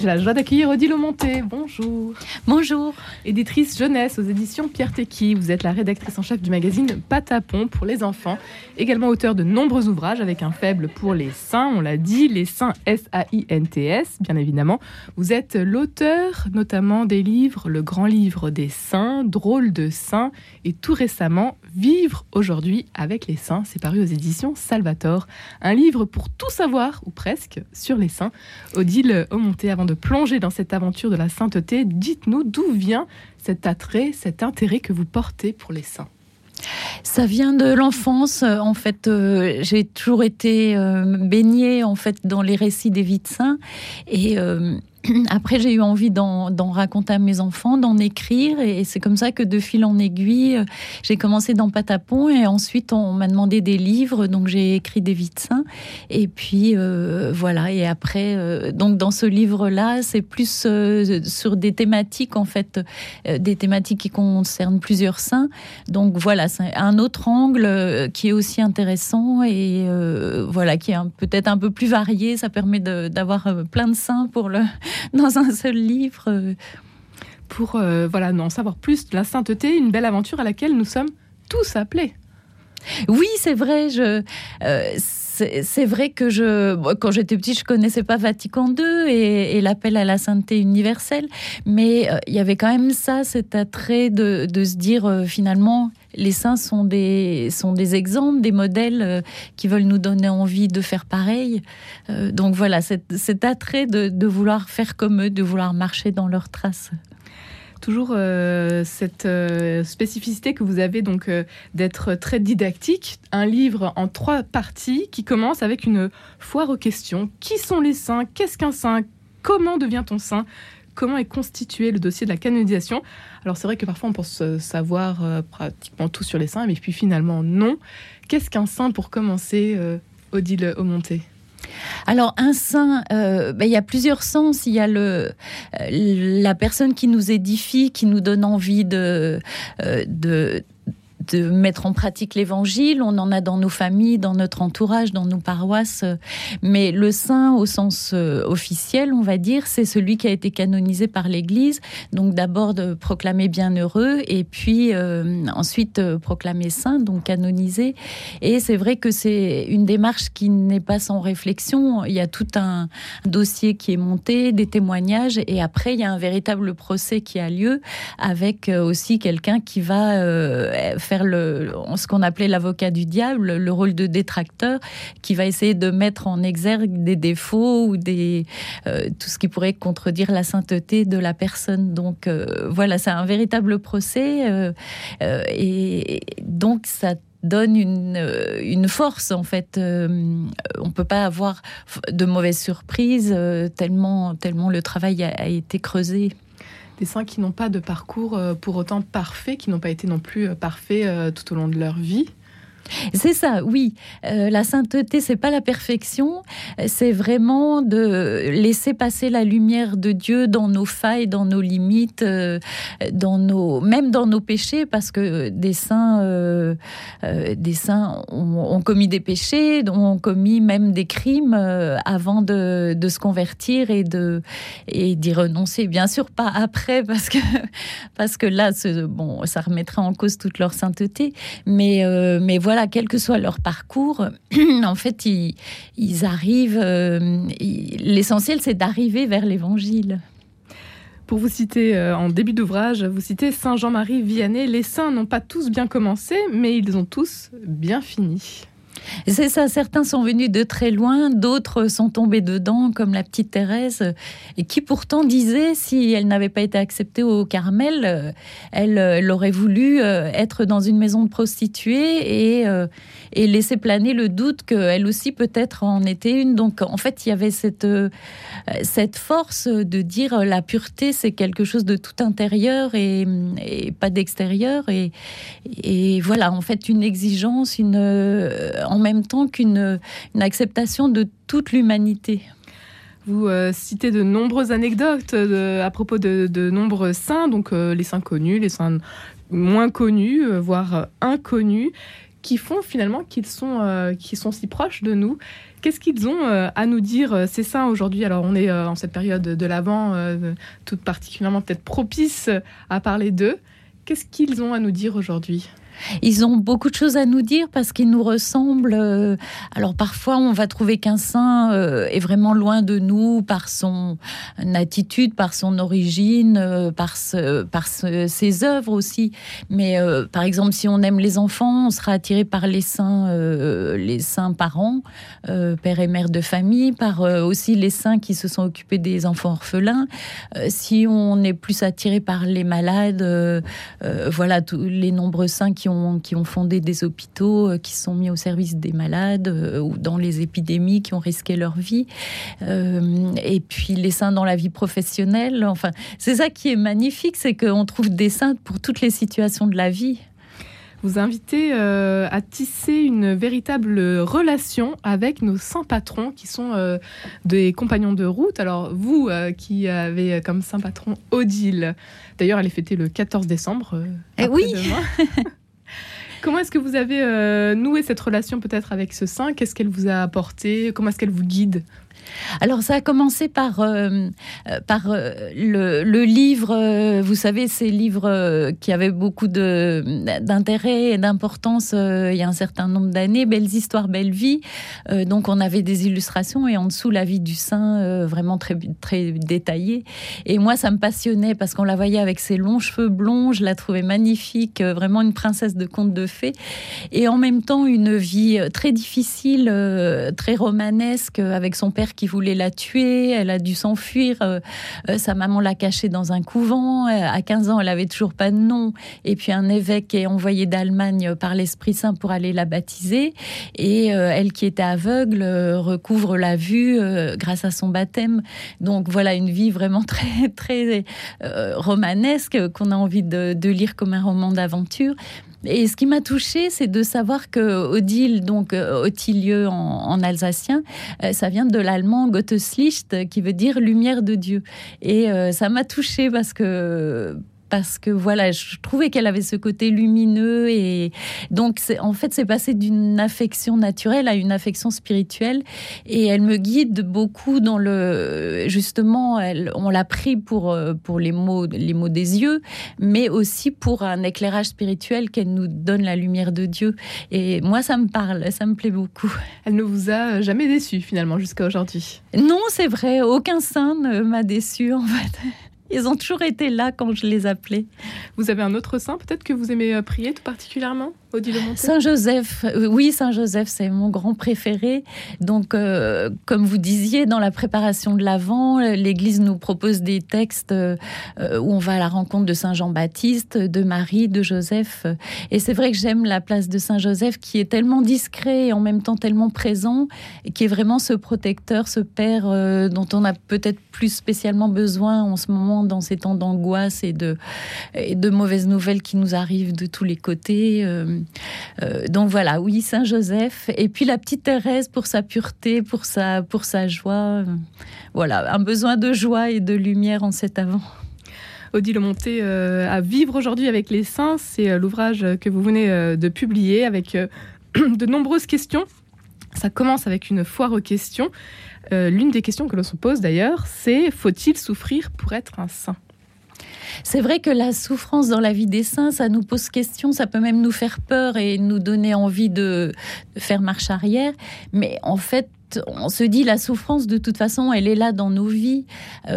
J'ai la joie d'accueillir Odile Aumonté. Bonjour. Bonjour. Éditrice jeunesse aux éditions Pierre Tecky. Vous êtes la rédactrice en chef du magazine Patapon pour les enfants. Également auteur de nombreux ouvrages avec un faible pour les saints. On l'a dit, les saints S-A-I-N-T-S, bien évidemment. Vous êtes l'auteur notamment des livres Le Grand Livre des Saints, Drôle de Saints et tout récemment Vivre aujourd'hui avec les saints. C'est paru aux éditions Salvator. Un livre pour tout savoir, ou presque, sur les saints. Odile Aumonté, avant de plonger dans cette aventure de la sainteté, dites-nous d'où vient cet attrait, cet intérêt que vous portez pour les saints. Ça vient de l'enfance. En fait, j'ai toujours été baignée en fait dans les récits des vies de saints. Et après, j'ai eu envie d'en raconter à mes enfants, d'en écrire. Et c'est comme ça que de fil en aiguille, j'ai commencé dans Patapon. Et ensuite, on m'a demandé des livres. Donc, j'ai écrit des vies de saints. Et puis, voilà. Et après, donc dans ce livre-là, c'est plus sur des thématiques, en fait. Des thématiques qui concernent plusieurs saints. Donc, voilà, c'est un autre angle qui est aussi intéressant. Et voilà, qui est peut-être un peu plus varié. Ça permet d'avoir plein de saints dans un seul livre. Pour en savoir plus de la sainteté, une belle aventure à laquelle nous sommes tous appelés. Oui, c'est vrai. C'est vrai que quand j'étais petite, je connaissais pas Vatican II et l'appel à la sainteté universelle, mais il y avait quand même cet attrait de se dire finalement, les saints sont des exemples, des modèles qui veulent nous donner envie de faire pareil. Donc voilà, cet attrait de vouloir faire comme eux, de vouloir marcher dans leurs traces. Toujours cette spécificité que vous avez donc d'être très didactique, un livre en 3 parties qui commence avec une foire aux questions. Qui sont les saints ? Qu'est-ce qu'un saint ? Comment devient-on saint ? Comment est constitué le dossier de la canonisation ? Alors c'est vrai que parfois on pense savoir pratiquement tout sur les saints, mais puis finalement non. Qu'est-ce qu'un saint pour commencer, Odile Aumonté ? Alors un saint, il y a plusieurs sens. Il y a la personne qui nous édifie, qui nous donne envie de mettre en pratique l'évangile. On en a dans nos familles, dans notre entourage, dans nos paroisses. Mais le saint, au sens officiel, on va dire, c'est celui qui a été canonisé par l'Église. Donc d'abord de proclamer bienheureux et puis ensuite proclamer saint, donc canonisé. Et c'est vrai que c'est une démarche qui n'est pas sans réflexion. Il y a tout un dossier qui est monté, des témoignages, et après il y a un véritable procès qui a lieu avec aussi quelqu'un qui va faire ce qu'on appelait l'avocat du diable, le rôle de détracteur, qui va essayer de mettre en exergue des défauts ou tout ce qui pourrait contredire la sainteté de la personne. Donc voilà, c'est un véritable procès et donc ça donne une force en fait. On peut pas avoir de mauvaises surprises tellement le travail a été creusé. Des saints qui n'ont pas de parcours pour autant parfait, qui n'ont pas été non plus parfaits tout au long de leur vie. C'est ça, oui. La sainteté, c'est pas la perfection, c'est vraiment de laisser passer la lumière de Dieu dans nos failles, dans nos limites, même dans nos péchés, parce que des saints ont commis des péchés, ont commis même des crimes avant de se convertir et d'y renoncer. Bien sûr, pas après, parce que là, ça remettrait en cause toute leur sainteté, mais voilà, quel que soit leur parcours, en fait, ils arrivent. L'essentiel, c'est d'arriver vers l'Évangile. Pour vous citer en début d'ouvrage, vous citez Saint Jean-Marie Vianney. Les saints n'ont pas tous bien commencé, mais ils ont tous bien fini. C'est ça, certains sont venus de très loin, d'autres sont tombés dedans, comme la petite Thérèse, et qui pourtant disait, si elle n'avait pas été acceptée au Carmel, elle aurait voulu être dans une maison de prostituées et laisser planer le doute qu'elle aussi peut-être en était une. Donc en fait, il y avait cette force de dire la pureté, c'est quelque chose de tout intérieur et pas d'extérieur. Et voilà, en fait, une exigence, en même temps qu'une acceptation de toute l'humanité. Vous citez de nombreuses anecdotes à propos de nombreux saints, donc les saints connus, les saints moins connus, voire inconnus. qui font finalement qu'ils sont si proches de nous. Qu'est-ce qu'ils ont à nous dire, ces saints, aujourd'hui? Alors, on est en cette période de l'Avent, toute particulièrement peut-être propice à parler d'eux. Qu'est-ce qu'ils ont à nous dire aujourd'hui ? Ils ont beaucoup de choses à nous dire parce qu'ils nous ressemblent. Alors parfois, on va trouver qu'un saint est vraiment loin de nous par son attitude, par son origine, par ses œuvres aussi. Mais par exemple, si on aime les enfants, on sera attiré par les saints parents, père et mère de famille, par aussi les saints qui se sont occupés des enfants orphelins. Si on est plus attiré par les malades, voilà, tous les nombreux saints qui ont fondé des hôpitaux, qui sont mis au service des malades ou dans les épidémies, qui ont risqué leur vie. Et puis les saints dans la vie professionnelle. Enfin, c'est ça qui est magnifique, c'est qu'on trouve des saints pour toutes les situations de la vie. Vous invitez à tisser une véritable relation avec nos saints patrons qui sont des compagnons de route. Alors vous qui avez comme saint patron Odile, d'ailleurs elle est fêtée le 14 décembre. Oui. Comment est-ce que vous avez noué cette relation peut-être avec ce saint ? Qu'est-ce qu'elle vous a apporté ? Comment est-ce qu'elle vous guide ? Alors ça a commencé par le livre, vous savez, ces livres qui avaient beaucoup d'intérêt et d'importance il y a un certain nombre d'années, Belles histoires, belle vie. Donc on avait des illustrations et en dessous la vie du saint vraiment très, très détaillée. Et moi ça me passionnait parce qu'on la voyait avec ses longs cheveux blonds, je la trouvais magnifique, vraiment une princesse de conte de fées. Et en même temps une vie très difficile, très romanesque, avec son père qui voulait la tuer, elle a dû s'enfuir, sa maman l'a cachée dans un couvent, à 15 ans elle avait toujours pas de nom, et puis un évêque est envoyé d'Allemagne par l'Esprit Saint pour aller la baptiser, et elle qui était aveugle recouvre la vue grâce à son baptême. Donc voilà une vie vraiment très, très romanesque qu'on a envie de lire comme un roman d'aventure. Et ce qui m'a touchée, c'est de savoir que Odile, donc Ottilieu en alsacien, ça vient de l'allemand Gotteslicht, qui veut dire lumière de Dieu. Et ça m'a touchée parce que voilà, je trouvais qu'elle avait ce côté lumineux, et donc c'est passé d'une affection naturelle à une affection spirituelle, et elle me guide beaucoup dans justement, on l'a pris pour les mots des yeux, mais aussi pour un éclairage spirituel qu'elle nous donne la lumière de Dieu. Et moi, ça me parle, ça me plaît beaucoup. Elle ne vous a jamais déçu finalement jusqu'à aujourd'hui? Non, c'est vrai, aucun saint ne m'a déçue en fait. Ils ont toujours été là quand je les appelais. Vous avez un autre saint peut-être que vous aimez prier tout particulièrement, Odile Montet ? Saint Joseph, oui, Saint Joseph, c'est mon grand préféré. Donc, comme vous disiez, dans la préparation de l'Avent, l'Église nous propose des textes où on va à la rencontre de Saint Jean-Baptiste, de Marie, de Joseph. Et c'est vrai que j'aime la place de Saint Joseph qui est tellement discret et en même temps tellement présent, et qui est vraiment ce protecteur, ce père dont on a peut-être plus spécialement besoin en ce moment dans ces temps d'angoisse et de mauvaises nouvelles qui nous arrivent de tous les côtés. Donc voilà, oui, Saint Joseph. Et puis la petite Thérèse pour sa pureté, pour sa joie. Voilà, un besoin de joie et de lumière en cet Avent. Odile Montet, à vivre aujourd'hui avec les saints, c'est l'ouvrage que vous venez de publier avec de nombreuses questions. Ça commence avec une foire aux questions. L'une des questions que l'on se pose d'ailleurs, c'est: faut-il souffrir pour être un saint ? C'est vrai que la souffrance dans la vie des saints, ça nous pose question, ça peut même nous faire peur et nous donner envie de faire marche arrière. Mais en fait, on se dit la souffrance de toute façon elle est là dans nos vies,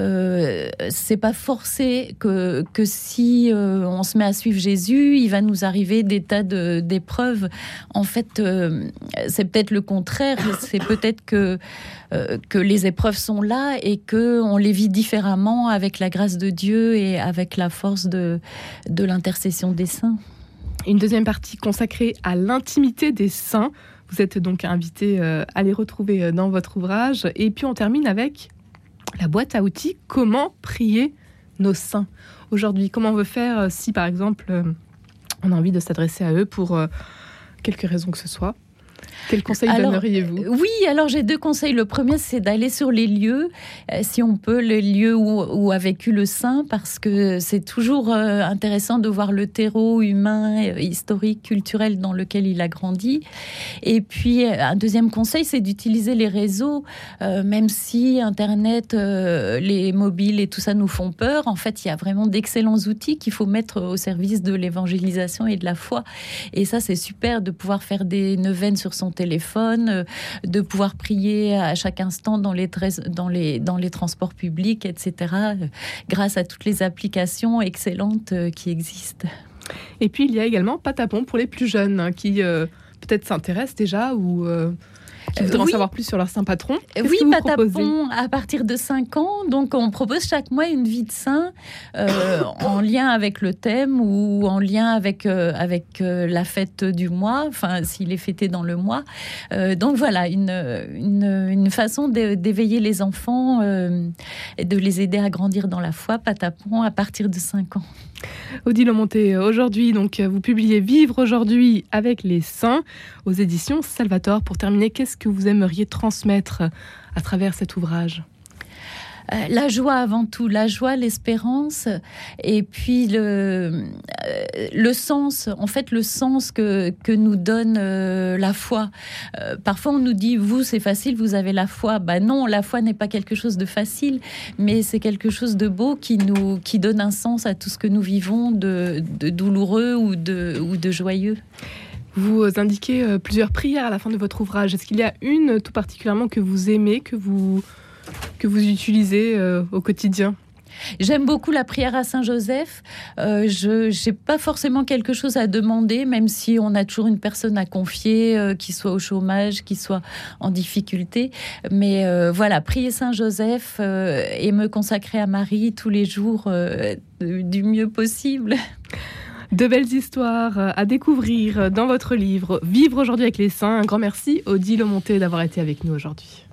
c'est pas forcé que si on se met à suivre Jésus il va nous arriver des tas d'épreuves. En fait c'est peut-être le contraire, c'est peut-être que les épreuves sont là et que on les vit différemment avec la grâce de Dieu et avec la force de l'intercession des saints. Une deuxième partie consacrée à l'intimité des saints. Vous êtes donc invité à les retrouver dans votre ouvrage. Et puis on termine avec la boîte à outils. Comment prier nos saints aujourd'hui ? Comment on veut faire si par exemple on a envie de s'adresser à eux pour quelque raison que ce soit ? Quel conseil donneriez-vous ? Oui, alors j'ai 2 conseils. Le premier, c'est d'aller sur les lieux, si on peut, les lieux où a vécu le saint, parce que c'est toujours intéressant de voir le terreau humain, historique, culturel dans lequel il a grandi. Et puis, un deuxième conseil, c'est d'utiliser les réseaux, même si Internet, les mobiles et tout ça nous font peur. En fait, il y a vraiment d'excellents outils qu'il faut mettre au service de l'évangélisation et de la foi. Et ça, c'est super de pouvoir faire des neuvaines sur son téléphone, de pouvoir prier à chaque instant dans les transports publics, etc., grâce à toutes les applications excellentes qui existent. Et puis, il y a également Patapon pour les plus jeunes, qui peut-être s'intéressent déjà ou qui voudraient en savoir plus sur leur saint patron. Oui, Patapon à partir de 5 ans. Donc, on propose chaque mois une vie de saint en lien avec le thème ou en lien avec la fête du mois, enfin, s'il est fêté dans le mois. Donc, voilà, une façon d'éveiller les enfants et de les aider à grandir dans la foi. Patapon à partir de 5 ans. Odile Monté, aujourd'hui, donc, vous publiez Vivre aujourd'hui avec les saints aux éditions Salvator. Pour terminer, qu'est-ce que vous aimeriez transmettre à travers cet ouvrage ? La joie avant tout, la joie, l'espérance, et puis le sens, en fait le sens que nous donne la foi. Parfois on nous dit, vous c'est facile, vous avez la foi. Non, la foi n'est pas quelque chose de facile, mais c'est quelque chose de beau qui donne un sens à tout ce que nous vivons, de douloureux ou de joyeux. Vous indiquez plusieurs prières à la fin de votre ouvrage. Est-ce qu'il y a une tout particulièrement que vous aimez, que vous utilisez au quotidien ? J'aime beaucoup la prière à Saint-Joseph. Je n'ai pas forcément quelque chose à demander, même si on a toujours une personne à confier, qui soit au chômage, qui soit en difficulté. Mais voilà, prier Saint-Joseph et me consacrer à Marie tous les jours du mieux possible. De belles histoires à découvrir dans votre livre Vivre aujourd'hui avec les saints. Un grand merci Odile Monté d'avoir été avec nous aujourd'hui.